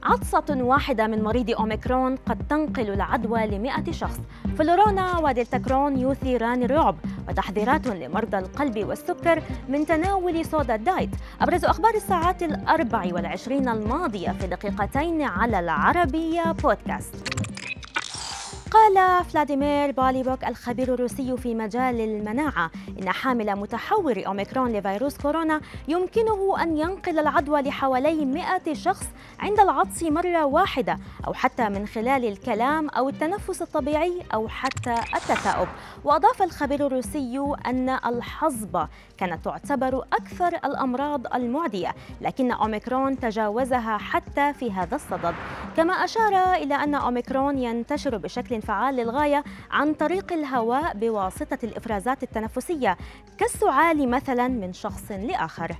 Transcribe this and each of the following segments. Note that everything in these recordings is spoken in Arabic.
عطسة واحدة من مريض أوميكرون قد تنقل العدوى ل100 شخص. فلورونا ودلتا كرون يثيران الرعب، وتحذيرات لمرضى القلب والسكر من تناول صودا الدايت. أبرز أخبار الساعات 24 الماضية في دقيقتين على العربية بودكاست. قال فلاديمير باليبوك الخبير الروسي في مجال المناعة إن حامل متحور أوميكرون لفيروس كورونا يمكنه أن ينقل العدوى لحوالي 100 شخص عند العطس مرة واحدة، أو حتى من خلال الكلام أو التنفس الطبيعي أو حتى التثاؤب. وأضاف الخبير الروسي أن الحصبة كانت تعتبر أكثر الأمراض المعدية، لكن أوميكرون تجاوزها حتى في هذا الصدد. كما أشار إلى أن أوميكرون ينتشر بشكل فعال للغاية عن طريق الهواء بواسطة الإفرازات التنفسية كالسعال مثلا من شخص لآخر.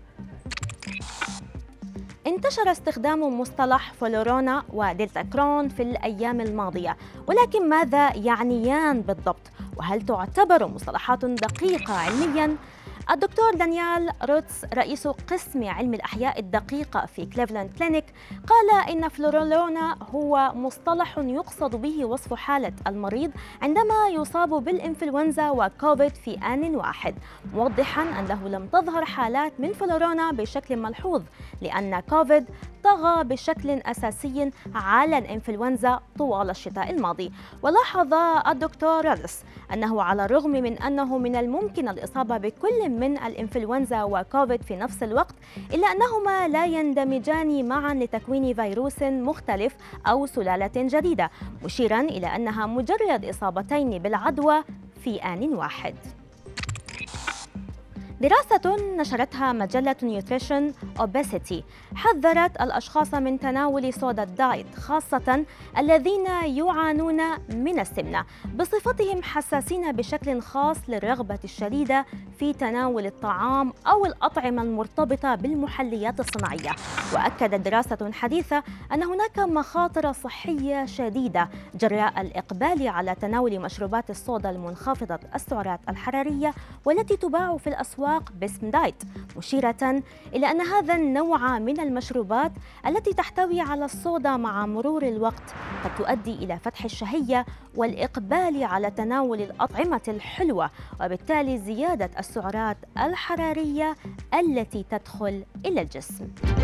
انتشر استخدام مصطلح فلورونا ودلتا كرون في الأيام الماضية، ولكن ماذا يعنيان بالضبط؟ وهل تعتبر مصطلحات دقيقة علمياً؟ الدكتور دانيال روتس رئيس قسم علم الأحياء الدقيقة في كليفلاند كلينيك قال إن فلورونا هو مصطلح يقصد به وصف حالة المريض عندما يصاب بالإنفلونزا وكوفيد في آن واحد، موضحاً أنه لم تظهر حالات من فلورونا بشكل ملحوظ، لأن كوفيد طغى بشكل أساسي على الإنفلونزا طوال الشتاء الماضي. ولاحظ الدكتور رادس أنه على الرغم من أنه من الممكن الإصابة بكل من الإنفلونزا وكوفيد في نفس الوقت، إلا أنهما لا يندمجان معا لتكوين فيروس مختلف أو سلالة جديدة، مشيرا إلى أنها مجرد إصابتين بالعدوى في آن واحد. دراسة نشرتها مجلة نيوتريشن أوبيسيتي حذرت الأشخاص من تناول صودا الدايت، خاصة الذين يعانون من السمنة، بصفتهم حساسين بشكل خاص للرغبة الشديدة في تناول الطعام أو الأطعمة المرتبطة بالمحليات الصناعية. وأكدت دراسة حديثة أن هناك مخاطر صحية شديدة جراء الإقبال على تناول مشروبات الصودا المنخفضة السعرات الحرارية والتي تباع في الأسواق باسم دايت، مشيرة إلى أن هذا النوع من المشروبات التي تحتوي على الصودا مع مرور الوقت قد تؤدي إلى فتح الشهية والإقبال على تناول الأطعمة الحلوة، وبالتالي زيادة السعرات الحرارية التي تدخل إلى الجسم.